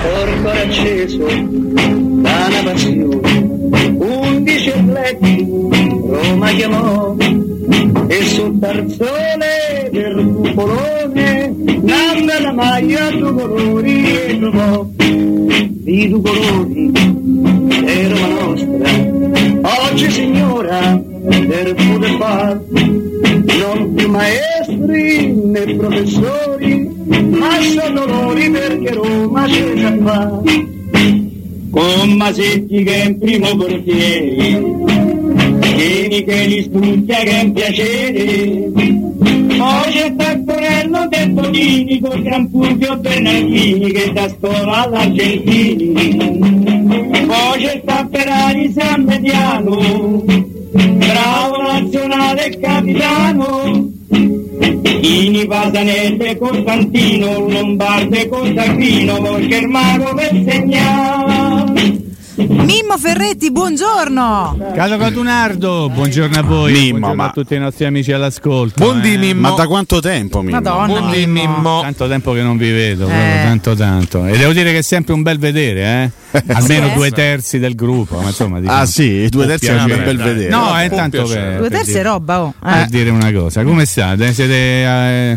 Corpo acceso da una passione, 11 atleti Roma chiamò e sul tarzone del cupolone nanda la maglia due colori e trovò di due colori è Roma nostra oggi signora del poter far non più maestri né professori ma sono loro perché Roma c'è già fa con Masetti che è in primo portiere Vieni che li studia che è un piacere poi c'è Taccorello del Bonini con Gran Fulvio Bernardini che da scuola all'Argentini poi c'è Ferrari San Mediano bravo nazionale e capitano Ini Pasanelle Costantino Lombardo con Tacchino poi Germano per segnare Mimmo Ferretti, buongiorno. Carlo Catunardo, buongiorno a voi. Mimmo, buongiorno a tutti i nostri amici all'ascolto. Buondì Mimmo. Ma da quanto tempo Mimmo? Madonna, Buondì Mimmo. Tanto tempo che non vi vedo, tanto. E devo dire che è sempre un bel vedere, almeno 2/3 del gruppo. Ma insomma, diciamo, ah sì, 2/3 è un bel vedere. No, è tanto per 2/3 è roba, per dire una cosa. Come state? Siete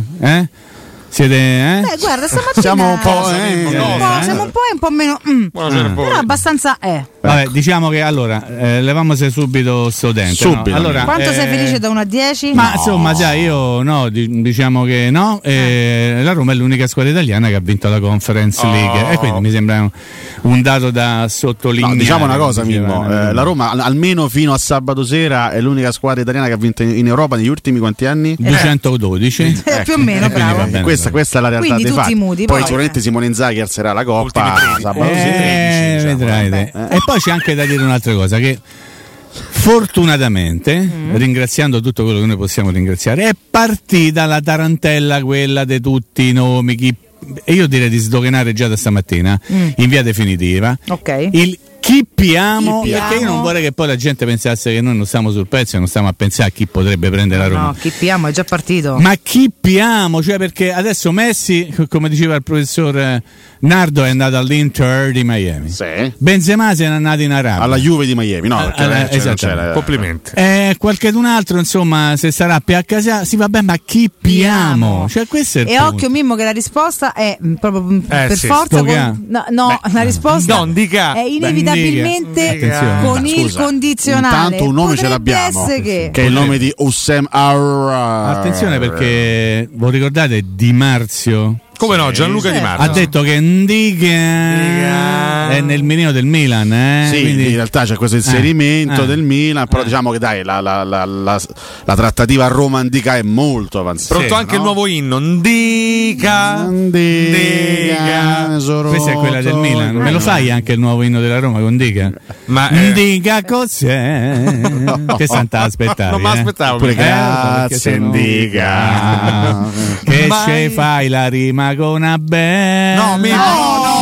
Siete guarda, stamattina siamo un po', siamo un po' e un po' meno però abbastanza Vabbè, diciamo che allora levamo subito sto dente. Subito. No? Allora, quanto sei felice da 1 a 10? Ma insomma, già io no, diciamo che no. La Roma è l'unica squadra italiana che ha vinto la Conference League e quindi mi sembra un dato da sottolineare. No, diciamo una cosa, Mimmo, la Roma almeno fino a sabato sera è l'unica squadra italiana che ha vinto in Europa negli ultimi quanti anni? 212 più o meno, bravo. Questa è la realtà dei fatti. Poi sicuramente Simone Inzaghi alzerà la coppa sabato sera. Vedrai. E poi c'è anche da dire un'altra cosa, che fortunatamente, ringraziando tutto quello che noi possiamo ringraziare, è partita la tarantella quella di tutti i nomi, e io direi di sdoganare già da stamattina in via definitiva il chippiamo, perché io non vorrei che poi la gente pensasse che noi non stiamo sul pezzo e non stiamo a pensare a chi potrebbe prendere la Roma. No, chippiamo, è già partito. Ma chippiamo, cioè, perché adesso Messi, come diceva il professor Nardo, è andato all'Inter di Miami. Sì. Benzema se n'è andato in Arabia. Alla Juve di Miami, no? Esatto. Complimenti. Qualcun altro, insomma, se sarà PHSA, sì, vabbè, ma chippiamo. Cioè, questo è il e punto. occhio Mimmo che la risposta è proprio per sì, forza la risposta non dica, è inevitabilmente con il condizionale. Intanto un nome ce l'abbiamo, che è il nome di Oussem Aouar. Attenzione, perché voi ricordate Di Marzio? Come no, Gianluca Di Marzio ha detto che Ndiga è nel mirino del Milan, Sì, quindi in realtà c'è questo inserimento del Milan, però diciamo che dai, la trattativa a Roma Ndiga è molto avanzata. Pronto anche il nuovo inno Ndiga. Questa è quella del Milan. Me lo fai anche il nuovo inno della Roma con Ndiga? Ma Ndiga cos'è? Che santa aspettavi? Non mi aspettavo. Grazie Ndiga. Che ce fai la rima con una bella? No, Mimmo.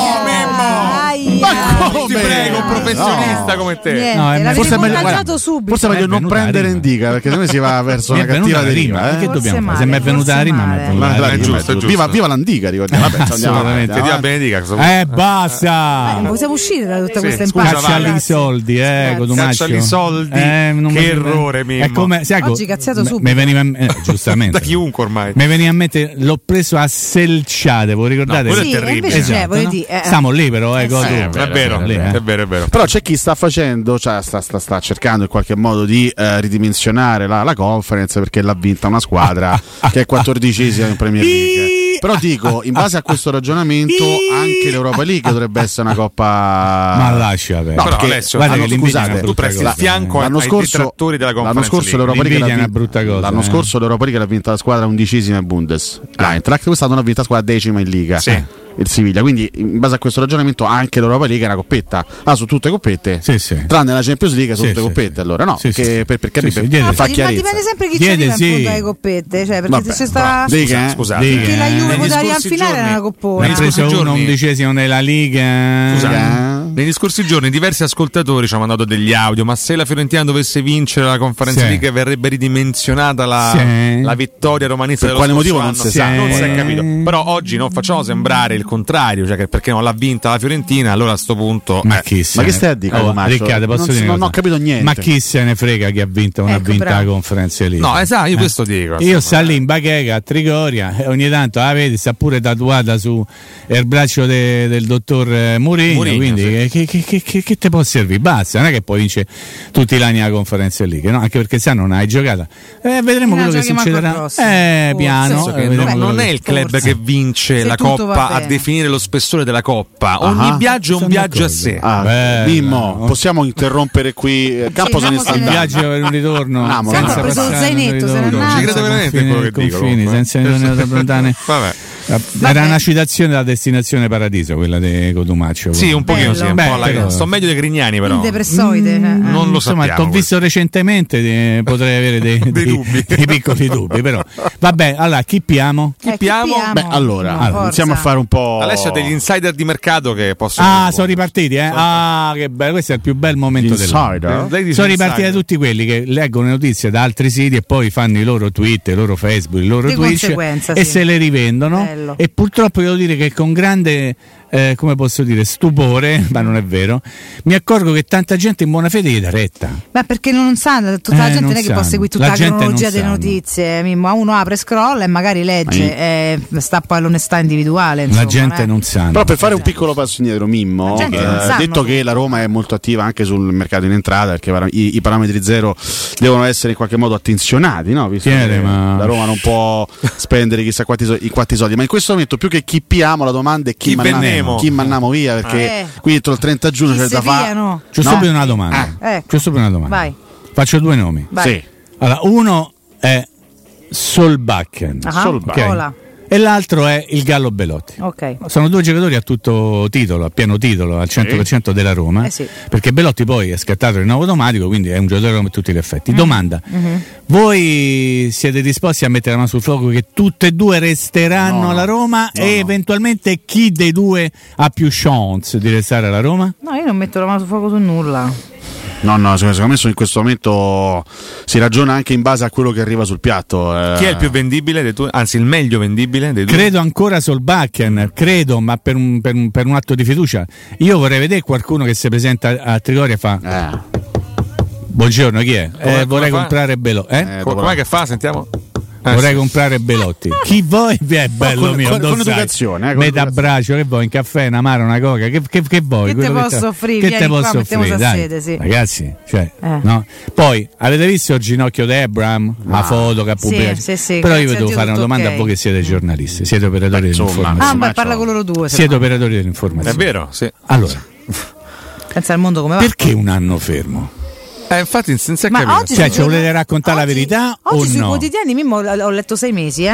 Ma come? Ti prego, un professionista come te. Niente, forse subito. è meglio non prendere Indica, perché se no si va verso una cattiva deriva. Che dobbiamo fare? Se mi è venuta la rima, è giusto. Viva l'Andica, ricordiamo. Assolutamente. Dio benedica. Basta. Possiamo uscire da tutta questa Cacciali i soldi, Cacciali i soldi. Che errore, Mimmo. Oggi cazziato subito. Mi veniva da chiunque ormai. Mi veniva a mente, l'ho preso a selciate, voi ricordate? Quello è terribile. Stiamo lì però, è vero. Però c'è chi sta facendo, cioè sta cercando in qualche modo di ridimensionare la conference, perché l'ha vinta una squadra che è 14esima in Premier League. Però dico, in base a questo ragionamento anche l'Europa League dovrebbe essere una coppa. Ma lascia no, perché adesso, scusate, tu presti il fianco ai detrattori della conference. L'anno scorso l'Europa League l'ha vinta la squadra 11esima in Bundes, l'Eintracht. Quest'anno l'ha vinta la squadra 10ª in Liga. Il Siviglia, quindi in base a questo ragionamento anche l'Europa League è una coppetta. Su tutte coppette, tranne la Champions League su tutte coppette. Allora no, perché fa chiarezza. Ma dipende sempre chi ci arriva in fondo alle coppette, cioè perché se sta scusate, perché la Juve poteva arrivare in finale era una coppona. Ha preso uno 11esimo nella Liga. Negli scorsi giorni diversi ascoltatori ci hanno mandato degli audio, ma se la Fiorentina dovesse vincere la Conference League verrebbe ridimensionata la vittoria romanista per dello quale motivo anno. non si sa, non si è capito. Però oggi non facciamo sembrare il contrario, cioè che perché non l'ha vinta la Fiorentina, allora a sto punto ma che stai a dire? Riccardo, posso dire non ho capito niente. Ma chi se ne frega chi ha vinto o non ha vinto la Conference League? No, esatto, io questo dico. Io sta lì in bacheca a Trigoria e ogni tanto vedi, sta pure tatuata su il braccio del dottor Mourinho, quindi sì. che te può servire? Basta, non è che poi vince tutti gli anni la Conference League, no? Anche perché se non hai giocata. Vedremo quello che succederà. Piano. Non è il club che vince la Coppa a definire lo spessore della Coppa. Ogni viaggio è un viaggio a sé. Mimmo, possiamo interrompere qui? Campo se ne sta andando. Un viaggio per un ritorno. Ha preso il zainetto, se ne ci credo veramente quello che dico. Senza lontane. Vabbè. Era una citazione della Destinazione Paradiso, quella di Cotumaccio. Sì, un pochino sì, un po' sto meglio dei Grignani, però. Depressoide. Non lo sappiamo. Insomma, t'ho visto recentemente, potrei avere dei piccoli dubbi, però. Vabbè, allora chippiamo. Beh, allora iniziamo a fare un po'. Alessio ha degli insider di mercato che possono. Sono ripartiti, eh? Che bello, questo è il più bel momento dell'anno. Sono ripartiti tutti quelli che leggono le notizie da altri siti e poi fanno i loro tweet, i loro Facebook, i loro Twitch e se le rivendono. Bello. E purtroppo devo dire che con grande come posso dire, stupore, ma non è vero, mi accorgo che tanta gente in buona fede gli dà retta. Ma perché non sanno, tutta la gente non è che può seguire tutta la cronologia delle notizie, uno apre, scrolla e magari legge sta poi all'onestà individuale, insomma, la gente non sa. Però per fare un piccolo passo indietro, Mimmo, detto che la Roma è molto attiva anche sul mercato in entrata, perché i parametri zero devono essere in qualche modo attenzionati, no? Visto che la Roma non può spendere chissà quanti soldi, ma in questo momento più che chippiamo la domanda è chi mandiamo via, perché qui entro il 30 giugno c'è da fare. C'ho subito una domanda. C'ho subito una domanda. Vai. Faccio due nomi. Vai. Sì. Allora, uno è Solbakken. Okay. E l'altro è il Gallo Belotti. Sono due giocatori a tutto titolo, a pieno titolo, al 100% della Roma, perché Belotti poi è scattato in automatico, quindi è un giocatore come tutti gli effetti. Domanda: voi siete disposti a mettere la mano sul fuoco che tutte e due resteranno alla Roma e eventualmente chi dei due ha più chance di restare alla Roma? No, io non metto la mano sul fuoco su nulla. No, secondo me in questo momento si ragiona anche in base a quello che arriva sul piatto. Chi è il più vendibile dei due? Anzi, il meglio vendibile dei due? Credo ancora Solbakken, ma per un atto di fiducia. Io vorrei vedere qualcuno che si presenta a Trigoria e fa buongiorno, chi è? Vorrei comprare Belotti. Com'è che fa? Sentiamo. Vorrei comprare Belotti. Chi vuoi? È bello mio. Con educazione. Metà braccio, che vuoi? Un caffè, una mara, una coca? Che vuoi? Che te posso offrire? Che te posso offrire? Dai, sede, sì. Ragazzi, no? Poi avete visto il ginocchio di Abraham? La foto che ha pubblicato? Sì, però io vi devo fare una domanda a voi che siete giornalisti, siete operatori dell'informazione. Parla con loro due. Siete operatori dell'informazione. È vero, sì. Allora, pensa al mondo come va. Perché un anno fermo? Infatti senza capire. Ci volete raccontare la verità o no? Oggi sui quotidiani ho letto 6 mesi,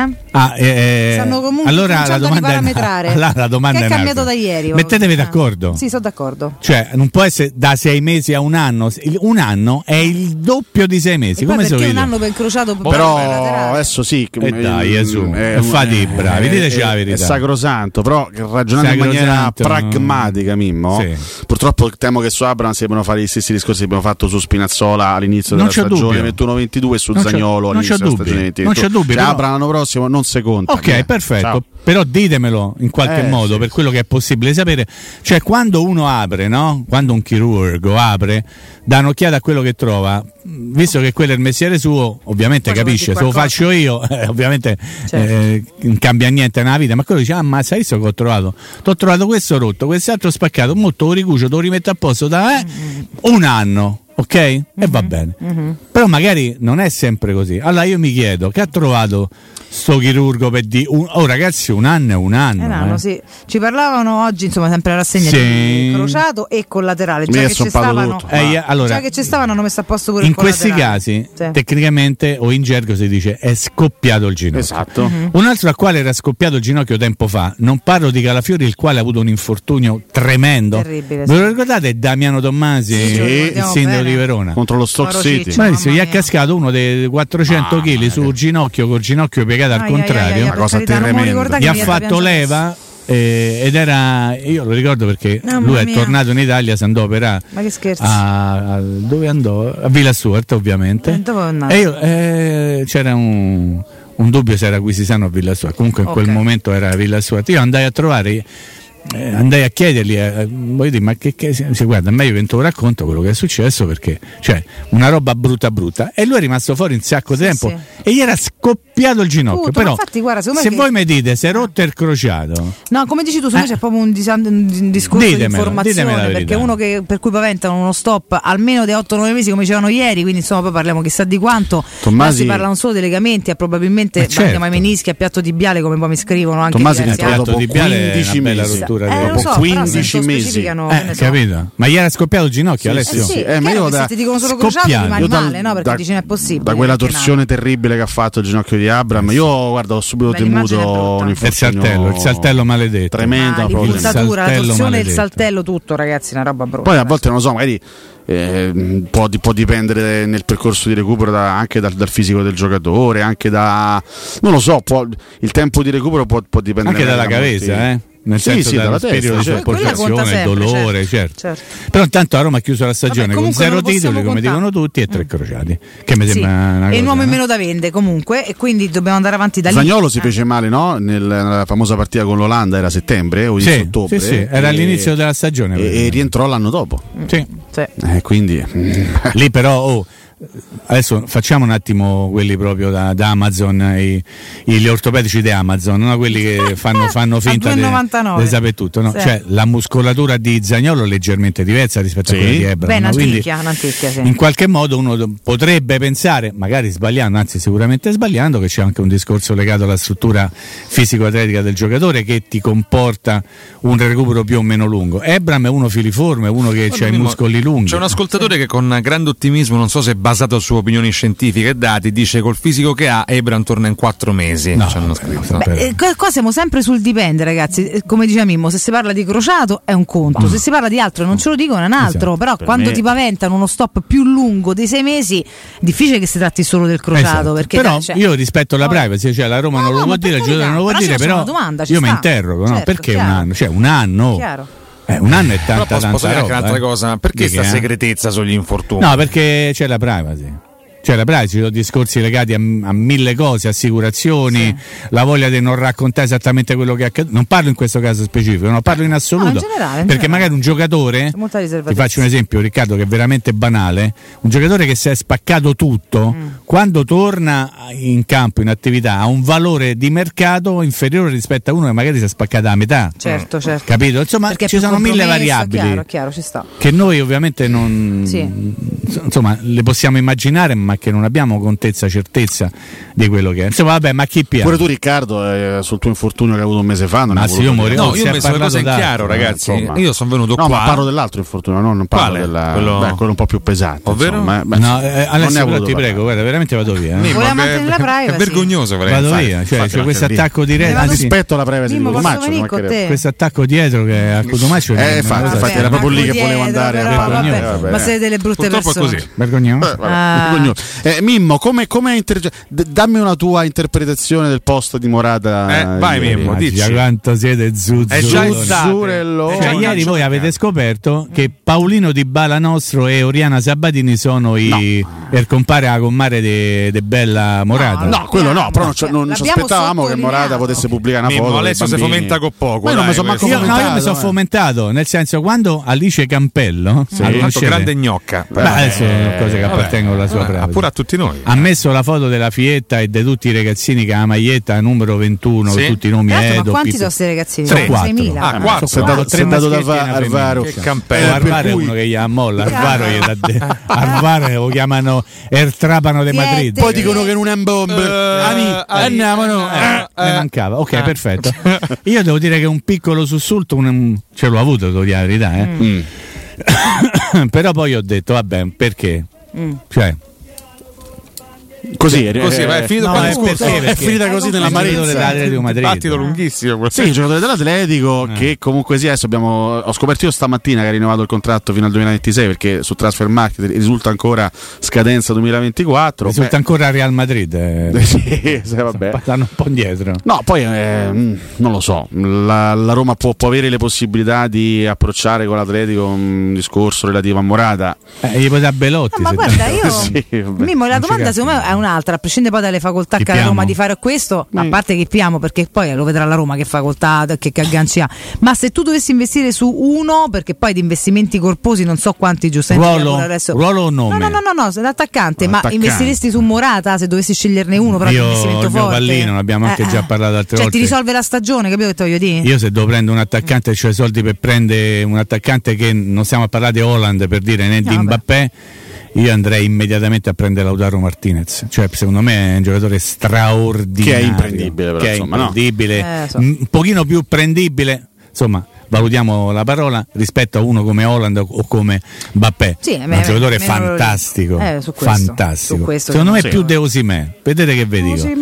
Stanno comunque allora la domanda che è cambiato da ieri. Mettetevi d'accordo. Sì, sono d'accordo. Cioè, non può essere da 6 mesi a un anno. Un anno è il doppio di 6 mesi. Come perché un anno per incrociato? Però adesso sì. Dai, fate i bravi, diteci la verità. È sacrosanto, però ragionando in maniera pragmatica, Mimmo. Purtroppo temo che su Abraham si devono fare gli stessi discorsi che abbiamo fatto su Spinazzola all'inizio della stagione 21-22 e su Zaniolo all'inizio della stagione 22. Non c'è dubbio. Abraham l'anno prossimo non si conta. Ok, perfetto. Ciao. Però ditemelo in qualche modo, per quello che è possibile sapere. Cioè, quando uno apre, no? Quando un chirurgo apre, dà un'occhiata a quello che trova, visto che quello è il mestiere suo, ovviamente poi capisce, se lo faccio io, ovviamente non cambia niente nella vita, ma quello dice, ma sai che ho trovato? T'ho trovato questo rotto, quest'altro spaccato, molto lo ricucio, te lo rimetto a posto da un anno. Ok? E va bene. Però magari non è sempre così. Allora io mi chiedo, che ha trovato sto chirurgo per dire ragazzi, un anno è un anno. Sì. Ci parlavano oggi, insomma, sempre la rassegna di crociato e collaterale. Già che ci stavano, allora, già che ci stavano, hanno messo a posto pure in il collaterale. In questi casi, tecnicamente o in gergo si dice è scoppiato il ginocchio. Esatto. Un altro al quale era scoppiato il ginocchio tempo fa, non parlo di Calafiori, il quale ha avuto un infortunio tremendo. Terribile. Ve lo ricordate? Damiano Tommasi, il sindaco di Verona contro lo Stoke City. Gli è cascato uno dei 400 kg sul ginocchio, col ginocchio piegato al contrario. Una cosa tremenda. Gli ha fatto leva ed era, io lo ricordo perché lui è tornato in Italia, si andò a operare. Ma che scherzo? Dove andò? A Villa Stuart, ovviamente. Dove è andato? E io, c'era un un dubbio se era Quisisano o Villassuati, comunque in quel momento era Villassuati. Io andai a trovare, andai a chiedergli, voglio dire, ma che si guarda, a me io te lo racconto quello che è successo, perché cioè una roba brutta, e lui è rimasto fuori un sacco di tempo e gli era scoppiato il ginocchio. Però infatti, guarda, se voi mi dite se è rotto il crociato, no, come dici tu, secondo me c'è proprio un discorso di informazione, perché uno per cui paventano uno stop almeno di 8-9 mesi, come dicevano ieri, quindi insomma poi parliamo chissà di quanto. Tommasi, si parla non solo dei legamenti, probabilmente parliamo ai menischi, a piatto tibiale, come poi mi scrivono anche Tommasi che dopo 15 mesi dopo 15 mesi, capito? Ma gli era scoppiato il ginocchio, Alessio? Ma io se ti dicono solo crociato rimani male, no? Perché dici non è possibile. Da quella torsione terribile che ha fatto il ginocchio di Abram, io guarda, ho subito temuto un infortunio. Il saltello maledetto. Tremenda, l'impulsatura, la torsione del saltello, tutto, ragazzi, una roba brutta. Poi a volte non lo so, magari può dipendere nel percorso di recupero anche dal fisico del giocatore, anche non lo so, il tempo di recupero può dipendere anche dalla cabeza, nel senso dalla spirito di sopportazione, dolore, certo. Però intanto a Roma ha chiuso la stagione con 0 titoli, come dicono tutti, e 3 crociati, che mi sembra una cosa, e un uomo in meno da vende comunque, e quindi dobbiamo andare avanti da lì. Zaniolo si fece male, no? Nella famosa partita con l'Olanda, era settembre o ottobre, sì, era all'inizio della stagione e rientrò l'anno dopo. Quindi lì però adesso facciamo un attimo quelli proprio da Amazon, gli ortopedici di Amazon, no? Quelli che fanno finta di sapere tutto, no? Cioè la muscolatura di Zaniolo è leggermente diversa rispetto a quella di Ebram, quindi in qualche modo uno potrebbe pensare, magari sbagliando, anzi sicuramente sbagliando, che c'è anche un discorso legato alla struttura fisico-atletica del giocatore che ti comporta un recupero più o meno lungo. Ebram è uno filiforme, uno che ha i muscoli lunghi. C'è un ascoltatore che con grande ottimismo, non so se basato su opinioni scientifiche e dati, dice col fisico che ha Ebram torna in 4 mesi. No, qua siamo sempre sul dipende, ragazzi. Come diceva Mimmo, se si parla di crociato è un conto, se si parla di altro non ce lo dicono è un altro. Però quando ti paventano uno stop più lungo di 6 mesi, difficile che si tratti solo del crociato, perché però io rispetto alla privacy, cioè la Roma non lo vuol dire, il giocatore non lo vuol dire, però io mi interrogo, no? Perché un anno? Cioè un anno? Un anno è tanta roba. Anche un'altra cosa, perché sta segretezza sugli infortuni? No, perché c'è la privacy. Cioè la privacy, ci sono discorsi legati a mille cose, assicurazioni, la voglia di non raccontare esattamente quello che è accaduto. Non parlo in questo caso specifico, no, parlo in assoluto. In generale, perché magari un giocatore, ti faccio un esempio, Riccardo, che è veramente banale, un giocatore che si è spaccato tutto, quando torna in campo, in attività, ha un valore di mercato inferiore rispetto a uno che magari si è spaccato a metà. Certo. Capito? Insomma, perché ci sono mille variabili chiaro, ci sta. che noi ovviamente non insomma le possiamo immaginare, ma che non abbiamo contezza, certezza di quello che è. Insomma, vabbè, ma chi piace? Pure tu, Riccardo, sul tuo infortunio che hai avuto un mese fa, non io io ho messo le cose in chiaro, ragazzi. Io sono venuto qua. No, ma parlo dell'altro infortunio, non parlo quello un po' più pesante. Ovvero? Alessio, ti prego, guarda, veramente vado via. È vergognoso, vado via. Cioè, c'è questo attacco diretto. Rispetto alla privacy di Cotumaccio, questo attacco dietro che a Cotumaccio. Infatti, era proprio lì che volevo andare. Ma siete delle brutte persone. Vergognoso. Mimmo, come dammi una tua interpretazione del post di Morata. Vai Mimmo, dici quanto siete zuzzurello. Cioè, ieri voi avete scoperto che Paolino Dybala nostro e Oriana Sabatini sono per compare a commare de Bella Morata. No, quello no, però non ci aspettavamo che Morata potesse pubblicare una foto. Alessio si fomenta con poco. Io mi sono fomentato, nel senso, quando Alice Campello, grande gnocca, adesso cose che appartengono alla sua pratica, pure a tutti noi, ha messo la foto della Fietta e di tutti i ragazzini che ha la maglietta numero 21, tutti i nomi Edo. Ma quanti sono questi ragazzini? Sono 6.000. Si è dato da Arvaro. Arvaro è uno che gli ha molla. Arvaro lo chiamano Trapano de Madrid. Poi dicono che non è un bomber. Andiamo, ne mancava. Ok, perfetto. Io devo dire che un piccolo sussulto ce l'ho avuto, devo dire la verità. Però poi ho detto, vabbè, perché? Cioè, così è finito è finita così nell'amarezza dell'Atletico Madrid. Battito lunghissimo. Sì, il giocatore dell'Atletico che comunque sia, adesso ho scoperto io stamattina che ha rinnovato il contratto fino al 2026, perché su Transfer Market risulta ancora scadenza 2024. Risulta ancora Real Madrid. Sì, vabbè. Stanno un po' indietro. No, poi non lo so, la Roma può avere le possibilità di approcciare con l'Atletico un discorso relativo a Morata. Gli puoi dare Belotti. Ma guarda, io Mimmo, la domanda secondo me è un'altra, a prescindere poi dalle facoltà che ha la Roma di fare questo, a parte che Piamo, perché poi lo vedrà la Roma che facoltà, che agganci ha, ma se tu dovessi investire su uno, perché poi di investimenti corposi non so quanti giustamente ruolo o nome? No, sei l'attaccante, ma investiresti su Morata se dovessi sceglierne uno, però investimento forte. Pallino, ne abbiamo anche già parlato altre volte. Ti risolve la stagione, capito che voglio dire? Io se devo prendere un attaccante, cioè soldi per prendere un attaccante, che non stiamo a parlare di Haaland, per dire, né di Mbappé, io andrei immediatamente a prendere Lautaro Martinez, cioè secondo me è un giocatore straordinario, che è imprendibile, però, un pochino più prendibile, insomma. Valutiamo la parola rispetto a uno come Haaland o come Mbappé. È un giocatore fantastico, fantastico. Su questo secondo me è più De Osimhen. Vedete che vi dico,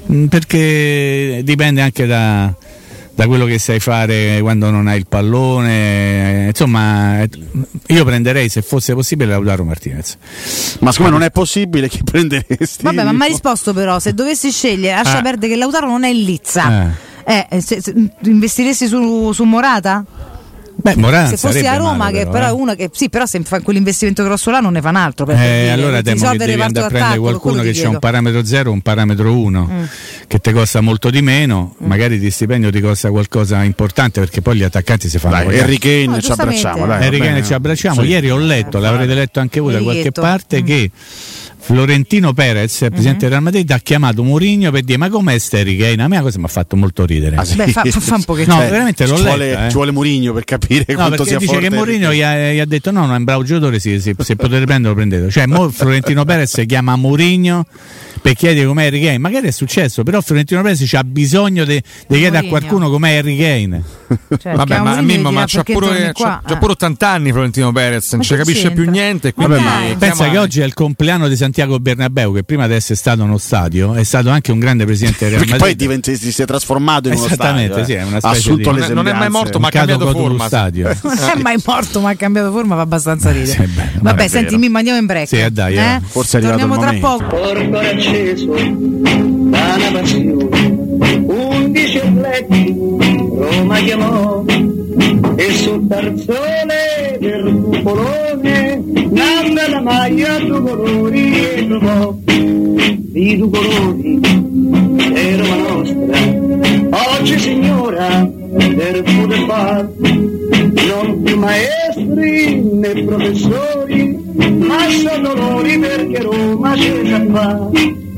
perché dipende anche da quello che sai fare quando non hai il pallone. Insomma, io prenderei, se fosse possibile, Lautaro Martinez. Ma siccome non è possibile, chi prenderesti? Vabbè, ma mi hai risposto però, se dovessi scegliere, lascia perdere che Lautaro non è in lizza. Se investiresti su Morata? Beh, Morata, se fossi a Roma, male, che però è uno che sì, però se fa quell'investimento grosso là non ne fa un altro. Allora temo che devi andare a prendere qualcuno che c'ha un parametro 0 o un parametro 1 che ti costa molto di meno, magari di stipendio ti costa qualcosa importante, perché poi gli attaccanti si fanno. Harry Kane ci abbracciamo. Harry Kane ci abbracciamo. Sì. Ieri ho letto, l'avrete letto anche voi da qualche parte, che Florentino Perez, presidente del Real Madrid, ha chiamato Mourinho per dire: ma com'è Harry Kane? A me la cosa mi ha fatto molto ridere. Beh, fa un pochettino. No, veramente l'ho letta. Ci vuole Mourinho per capire quanto sia dice forte. Che Mourinho gli ha detto: no, è un bravo giocatore, se potete prendere lo prendete. Cioè Florentino Perez chiama Mourinho per chiedere com'è Harry Kane. Magari è successo, però Florentino Perez ha bisogno di chiedere a qualcuno com'è Harry Kane. Vabbè, ma Mimmo, ma c'ha pure 80 anni Florentino Perez, non ci capisce più niente. Quindi pensa che oggi è il compleanno di Santiago Bernabéu, che prima di essere stato uno stadio è stato anche un grande presidente del Real Madrid. Poi si è trasformato in uno stadio. Sì, è una specie di... non è mai morto, ma ha cambiato forma. Stadio. Non è mai morto, ma ha cambiato forma, fa abbastanza ridere. Vabbè, senti, Mimmo, andiamo in break. Sì, dai, forse è arrivato il momento. Torniamo tra poco. Porto acceso da una passione, 11 atleti Roma chiamò, e sul tarzone del cupolone nanna la maglia due colori e trovò di due colori è Roma nostra. Oggi signora del football, non più maestri né professori, ma sono dolori perché Roma ce la fa.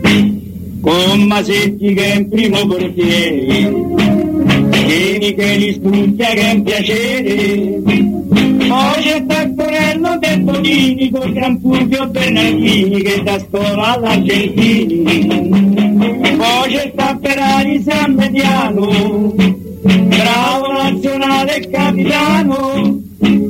Con Masetti che è in primo portiere, Tieni che li studia che è un piacere. Poi c'è Taccorello del Bonini con Gran Fulvio Bernardini che da scuola all'Argentini. Poi c'è Tapperari San Mediano, bravo nazionale capitano.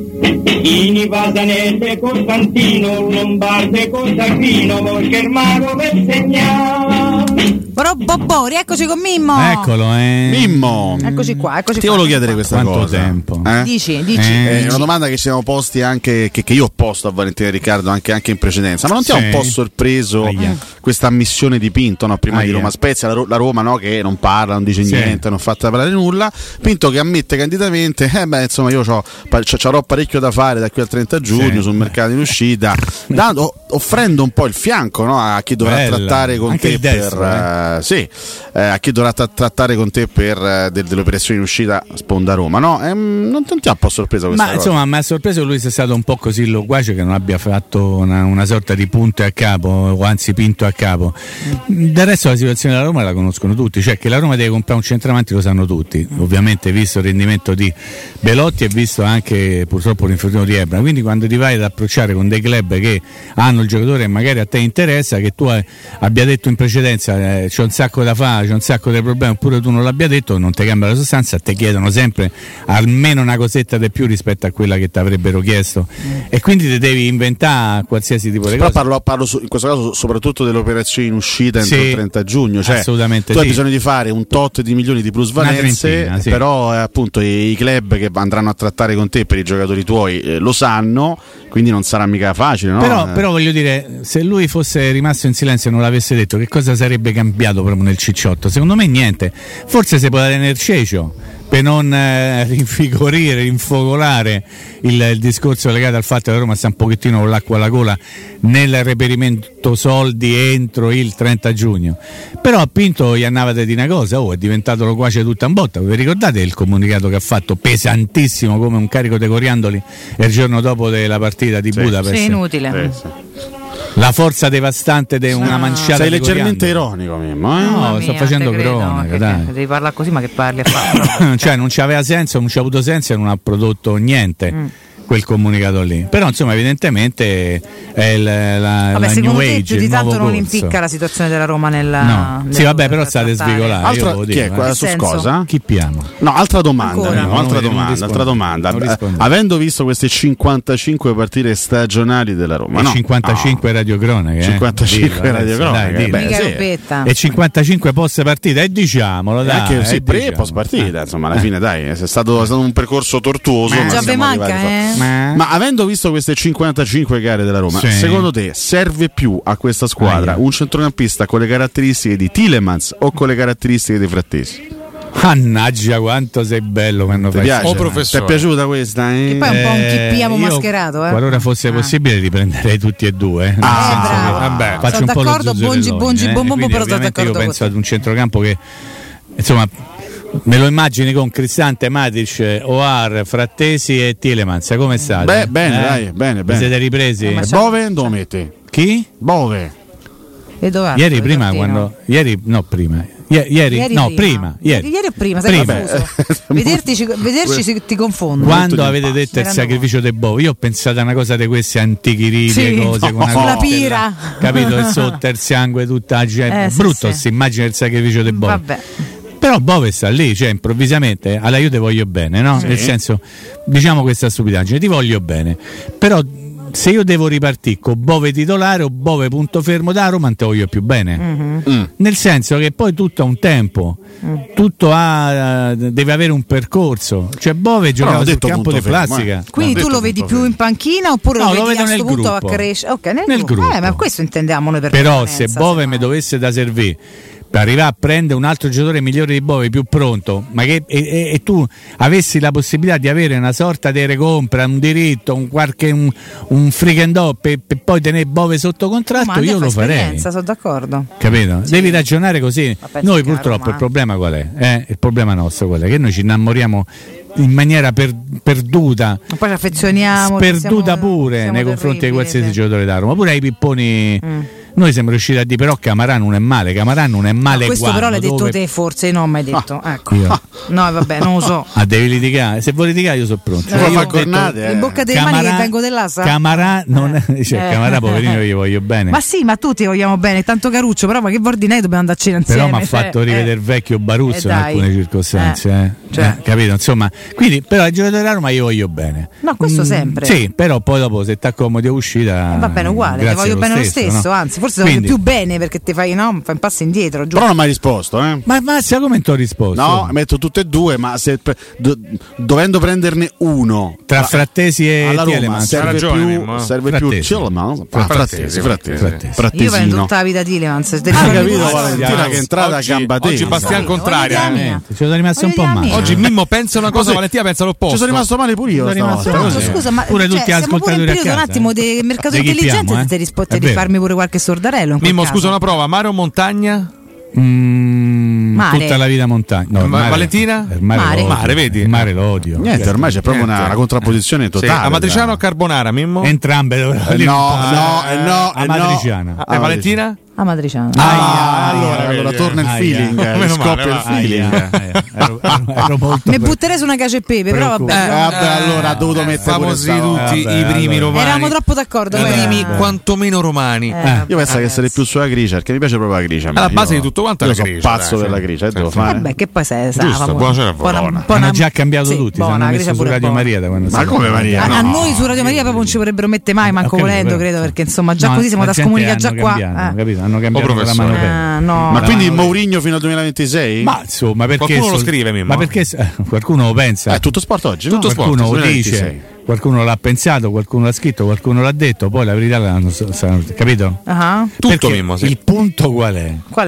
Ini Pasanese Costantino, Lombarde Cosagrino, perché il mago per segnare. Bobo, rieccoci con Mimmo. Eccolo, Mimmo. Eccoci qua. Ti volevo chiedere questa quanto cosa. Tempo? Dici. È una domanda che ci siamo posti anche, che io ho posto a Valentina e Riccardo anche in precedenza. Ma non ti ha un po' sorpreso questa ammissione di Pinto, no? Prima di Roma Spezia, la Roma, no? Che non parla, non dice niente, non fa parlare nulla. Pinto che ammette candidamente: insomma, io c'avrò parecchio da fare da qui al 30 giugno sul mercato in uscita, offrendo un po' il fianco, no? A chi dovrà trattare con te a chi dovrà trattare con te per delle operazioni in uscita sponda Roma, no? Non ti ha un po' sorpreso questa cosa? Insomma, mi ha sorpreso che lui sia stato un po' così loquace, che non abbia fatto una sorta di punto a capo, o anzi Pinto a capo. Del resto la situazione della Roma la conoscono tutti, cioè che la Roma deve comprare un centravanti lo sanno tutti, ovviamente visto il rendimento di Belotti e visto anche purtroppo l'infortunio di Ebra. Quindi quando ti vai ad approcciare con dei club che hanno il giocatore e magari a te interessa, che tu abbia detto in precedenza c'è un sacco da fare, c'è un sacco di problemi, oppure tu non l'abbia detto, non ti cambia la sostanza, ti chiedono sempre almeno una cosetta di più rispetto a quella che ti avrebbero chiesto, e quindi ti devi inventare qualsiasi tipo di cosa. Però parlo in questo caso soprattutto delle operazioni in uscita entro il 30 giugno, cioè assolutamente tu hai bisogno di fare un tot di milioni di plusvalenze, però appunto i club che andranno a trattare con te per i giocatori tuoi lo sanno, quindi non sarà mica facile, no? Però voglio dire, se lui fosse rimasto in silenzio e non l'avesse detto, che cosa sarebbe arrabbiato proprio nel cicciotto? Secondo me niente, forse si può dare nel cecio per non rinfigurire, rinfocolare il discorso legato al fatto che la Roma sta un pochettino con l'acqua alla gola nel reperimento soldi entro il 30 giugno. Però a Pinto gli andavate di una cosa, è diventato loquace tutta in botta. Vi ricordate il comunicato che ha fatto, pesantissimo come un carico de coriandoli, il giorno dopo della partita di Budapest? Sì, inutile. La forza devastante di una manciata. Sei leggermente ironico, Mimmo, eh? No, sto facendo cronaca, dai. Devi parlare così, ma che parli a fare? Cioè non c'aveva senso, non c'ha avuto senso e non ha prodotto niente. Quel comunicato lì, però insomma evidentemente è la new age, più di tanto non impicca la situazione della Roma nella sì vabbè, però state svicolare. Chi è su cosa? Chi piamo? No, altra domanda. Avendo visto queste 55 partite stagionali della Roma, 55 radiocronache, 55 radiocronache, e 55 post partita, e diciamolo, dai, sì, pre e post partita, insomma, alla fine dai, è stato un percorso tortuoso, già vi manca, Ma avendo visto queste 55 gare della Roma, secondo te serve più a questa squadra un centrocampista con le caratteristiche di Tielemans o con le caratteristiche dei Frattesi? Mannaggia quanto sei bello quando fai piace? Ti è piaciuta questa? Che poi è un po' un chippiamo mascherato, qualora fosse possibile riprenderei tutti e due, vabbè, faccio un po' lo Bongi, però sono d'accordo. Io penso ad un centrocampo che insomma me lo immagini con Cristante, Matic, Oar, Frattesi e Tielemans. Come state? Bene. Vi siete ripresi? Bove dove metti? Chi? Bove. E dove ieri prima quando ieri o prima, sei confuso. Vederci ti confondo. Quando avete detto il sacrificio dei Bove, io ho pensato a una cosa di queste antiche riti, cose con una pira, capito? Il sotto il sangue, tutta la gente. Brutto si immagina il sacrificio dei Bove. Vabbè. Però Bove sta lì, cioè improvvisamente, allora io ti voglio bene, no? Nel senso, diciamo questa stupidaggine, ti voglio bene, però se io devo ripartire con Bove titolare o Bove punto fermo da Roma, non te voglio più bene. Nel senso che poi tutto ha un tempo, tutto deve avere un percorso. Cioè Bove giocava sul campo di plastica. Quindi tu lo vedi più in panchina oppure lo vedi a questo punto a crescere? Nel gruppo. Ma questo intendiamo noi per però se Bove mi dovesse da servire per arrivare a prendere un altro giocatore migliore di Bove, più pronto, ma che e tu avessi la possibilità di avere una sorta di recompra, un diritto, un freak and up per poi tenere Bove sotto contratto, io lo farei. Sono d'accordo. Capito? Sì. Devi ragionare così. Noi purtroppo il problema qual è? Il problema nostro qual è? Che noi ci innamoriamo in maniera perduta, poi ci affezioniamo, sperduta pure nei confronti di qualsiasi giocatore da Roma, pure ai pipponi. Noi siamo riusciti a dire però Camarà non è male questo però l'hai detto te, forse non mai detto ecco. No vabbè, non lo so. Devi litigare, se vuoi litigare io sono pronto. In bocca delle mani che vengo dell'assa. Camarà non Camarà poverino, io gli voglio bene, ma sì, ma tutti vogliamo bene, tanto caruccio, però ma che vuol dire, dobbiamo andarci insieme. Però mi ha fatto rivedere il vecchio Baruzzo in alcune circostanze, capito, insomma, quindi però il giocatore della Roma io voglio bene, no, questo sempre sì, però poi dopo se ti accomodi a uscita va bene uguale, ti voglio bene lo stesso, no? Anzi forse voglio più bene perché ti fai un passo indietro, giusto? Però non mi hai risposto, ma sai come ti ho risposto? No, metto tutte e due, ma se dovendo prenderne uno tra Frattesi e Tielemans serve più Tielemans. Frattesi. Io prendo tutta la vita Tielemans. Capito Valentina che è entrata a gamba te. Oggi Bastian contraria. Ci sono rimasto un po' male. Oggi Mimmo pensa una cosa, Valentina pensa l'opposto. Ci sono rimasto male pure io. Scusa, ma pure tutti siamo pure in periodo un attimo di mercato intelligente, ti rispondi di farmi pure qualche sordarello. Mimmo, scusa, una prova, mare o montagna? Tutta la vita montagna. No, Valentina? Mare, vedi? Il mare lo odio. Niente, ormai c'è proprio una contrapposizione totale. Amatriciano o carbonara, Mimmo? Entrambe. No. Amatriciana. Valentina? Amatriciana. Allora torna il feeling, scoppia il feeling. Ero molto mi butterei su una cacio e pepe, però vabbè. Allora ha dovuto mettere famosi tutti i primi romani. Eravamo troppo d'accordo. I primi quantomeno romani. Io penso che essere più sulla grigia, perché mi piace proprio la grigia. Alla base di tutto quanto è la grigia. Sono pazzo per la grigia, devo fare. Vabbè, che poi sei giusto, buonasera Verona. Hanno già cambiato tutti, hanno messo su Radio Maria da quando. Ma come Maria? A noi su Radio Maria proprio non ci vorrebbero mettere mai, manco volendo, credo, perché insomma già così siamo da scomunicare già qua. Capito? Hanno cambiato la mano. Ma quindi Mourinho fino al 2026? Ma insomma, perché qualcuno lo scrive, Mimmo? Ma perché qualcuno lo pensa? È tutto sport oggi, tutto qualcuno lo dice, qualcuno l'ha pensato, qualcuno l'ha scritto, qualcuno l'ha detto, poi la verità l'hanno capito? Tutto, Mimmo, sì. Il punto qual è? Qual è?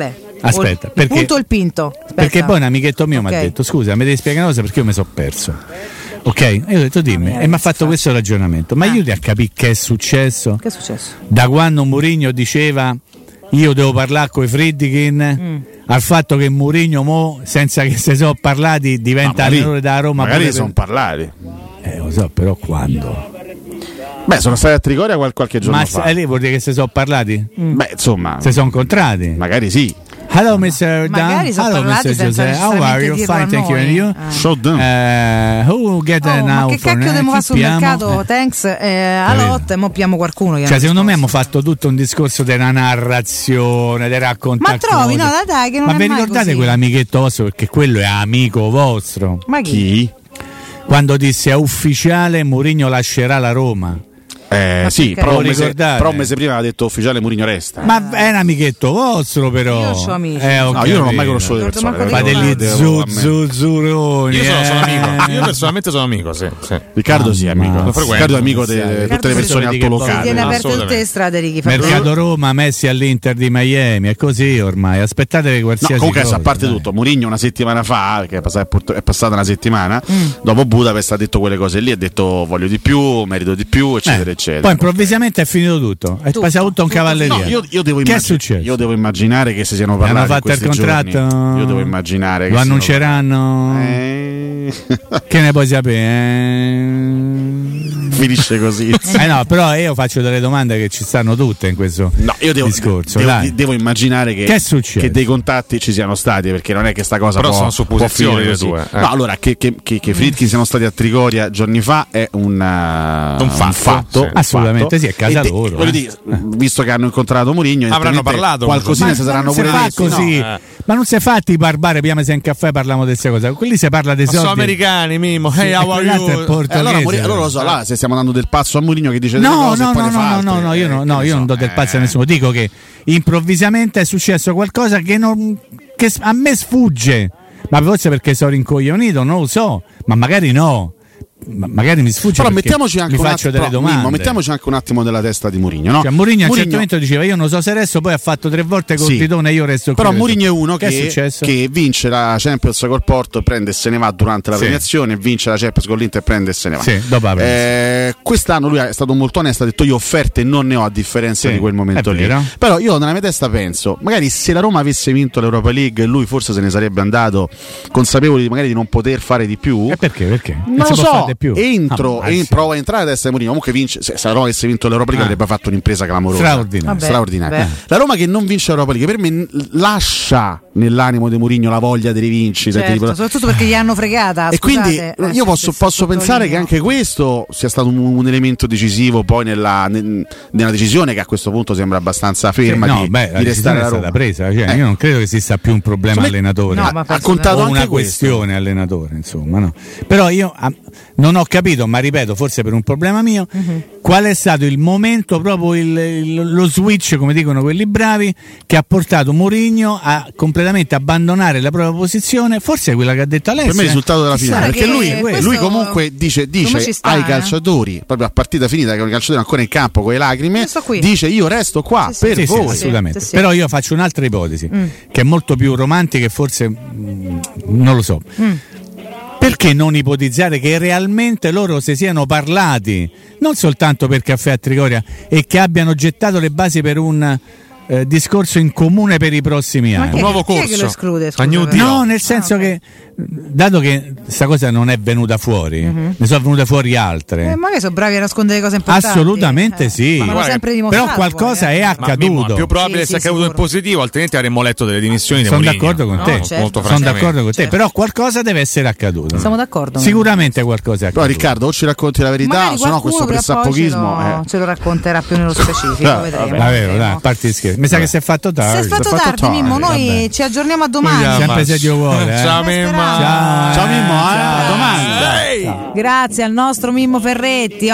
Aspetta, perché, il punto o il pinto? Aspetta. Perché poi un amichetto mio mi ha detto: scusa, mi devi spiegare una cosa perché io mi sono perso. Ok, e io ho detto dimmi, e mi ha fatto questo ragionamento. Ma io ti a capire che è successo? Che è successo? Da quando Mourinho diceva io devo parlare con i Friedkin, al fatto che Mourinho mo, senza che se sono parlati, diventa allenatore da Roma. Magari sono parlati. Lo so, però quando? Beh, sono stati a Trigoria qualche giorno fa. Ma lì vuol dire che se sono parlati? Beh, insomma. Se sono incontrati? Magari sì. Hello Mr. Dan, hello Mr. Jose, how are you? Fine, thank you, and you? Show them. Who get an ma out che for cacchio devo fare sul mercato? Thanks, all'ot e mo piamo qualcuno. Cioè secondo me abbiamo fatto tutto un discorso della narrazione, del raccontare. Ma trovi, no dai che non ma è vi mai ricordate così. quell'amichetto vostro? Perché quello è amico vostro. Ma chi? Quando disse è ufficiale Mourinho lascerà la Roma. Sì, però un mese prima aveva detto ufficiale Mourinho resta. Ma è un amichetto vostro, però. Io c'ho amici. No, io non ho mai conosciuto le persone. Ma degli zuzzuroni. Io sono amico. Io personalmente sono amico, sì. Riccardo sì, amico. Riccardo è amico di tutte le persone altolocali. Tiene aperte tutte le strade di chi fa Mercato Roma, Messi all'Inter di Miami, è così ormai. Aspettatevi qualsiasi comunque, cosa. A parte tutto, Mourinho una settimana fa, che è passata una settimana, dopo Budapest ha detto quelle cose lì, ha detto voglio di più, merito di più, eccetera, eccetera. Poi improvvisamente è finito tutto, è passato tutto in cavalleria. No, io devo che è successo? Io devo immaginare che se siano parlati hanno fatto il contratto giorni, io devo immaginare che lo annunceranno. Che ne puoi sapere? Finisce così. No, però io faccio delle domande che ci stanno tutte in questo discorso. Devo immaginare che dei contatti ci siano stati, perché non è che sta cosa però può, sono supposizioni le tue. No, allora che Friedkin siano stati a Trigoria giorni fa è un fatto. Assolutamente sì, è casa loro. Voglio dire, visto che hanno incontrato Mourinho, avranno parlato qualcosina si saranno pure detti. Così. No. Ma non si è fatti barbare, prima se in caffè parliamo di queste cose. Quelli si parla dei soldi. Sono americani, Mimo. Hey, how are you? Allora lo so, là, se stiamo dando del pazzo a Mourinho che dice no, io non do del pazzo a nessuno. Dico che improvvisamente è successo qualcosa che a me sfugge. Ma forse perché sono rincoglionito, non lo so, ma magari no. Magari mi sfugge, però mettiamoci anche delle domande. Mettiamoci anche un attimo della testa di Mourinho, no? Cioè, Mourinho a un certo momento diceva io non so se resto, poi ha fatto 3 volte col Titone e io resto qui. Però Mourinho è uno che vince la Champions col Porto, prende e se ne va durante la premiazione, vince la Champions con l'Inter, prende e se ne va. Sì, dopo la quest'anno lui è stato molto onesto, ha detto io offerte non ne ho, a differenza di quel momento lì. Però io nella mia testa penso, magari se la Roma avesse vinto l'Europa League lui forse se ne sarebbe andato consapevoli magari di non poter fare di più. E perché? Non lo so, prova a entrare a testa di Mourinho. Comunque vince, se la Roma avesse vinto l'Europa League avrebbe fatto un'impresa clamorosa, straordinaria. La Roma che non vince l'Europa League per me lascia nell'animo di Mourinho la voglia di rivincita, soprattutto perché gli hanno fregata. E quindi io posso pensare che anche questo sia stato un elemento decisivo poi nella decisione, che a questo punto sembra abbastanza ferma di restare alla Roma. Presa, io non credo che esista più un problema allenatore, ha contato o anche una questione allenatore, insomma, no. Però io non ho capito, ma ripeto, forse per un problema mio, qual è stato il momento, proprio lo switch, come dicono quelli bravi, che ha portato Mourinho a completamente abbandonare la propria posizione, forse è quella che ha detto Alessio. Per me è il risultato della finale, perché lui comunque dice ai calciatori, proprio a partita finita, che i calciatori ancora in campo con le lacrime, dice io resto qua per voi. Assolutamente. Però io faccio un'altra ipotesi, che è molto più romantica e forse non lo so. Perché non ipotizzare che realmente loro si siano parlati, non soltanto per Caffè a Trigoria, e che abbiano gettato le basi per un discorso in comune per i prossimi anni? Un nuovo corso. Chi è che lo esclude? No, nel senso che, dato che questa cosa non è venuta fuori, ne sono venute fuori altre. Magari sono bravi a nascondere cose importanti. Assolutamente sì. Ma sempre dimostrato, però qualcosa è accaduto. È più probabile sia accaduto in positivo, altrimenti avremmo letto delle dimissioni di Mourinho. Sono d'accordo con te. Sono d'accordo con te. Però qualcosa deve essere accaduto. Siamo d'accordo. Sicuramente qualcosa è accaduto. Però Riccardo, o ci racconti la verità, se no questo pressappochismo ce lo racconterà più nello specifico. Vedremo. Davvero, dai, a parte gli scherzi. Mi sa che si è fatto tardi. Si è fatto tardi, Mimmo. Noi ci aggiorniamo a domani. Sempre se Dio vuole. Ciao Mimmo. Ciao Mimmo, a domani. Grazie al nostro Mimmo Ferretti.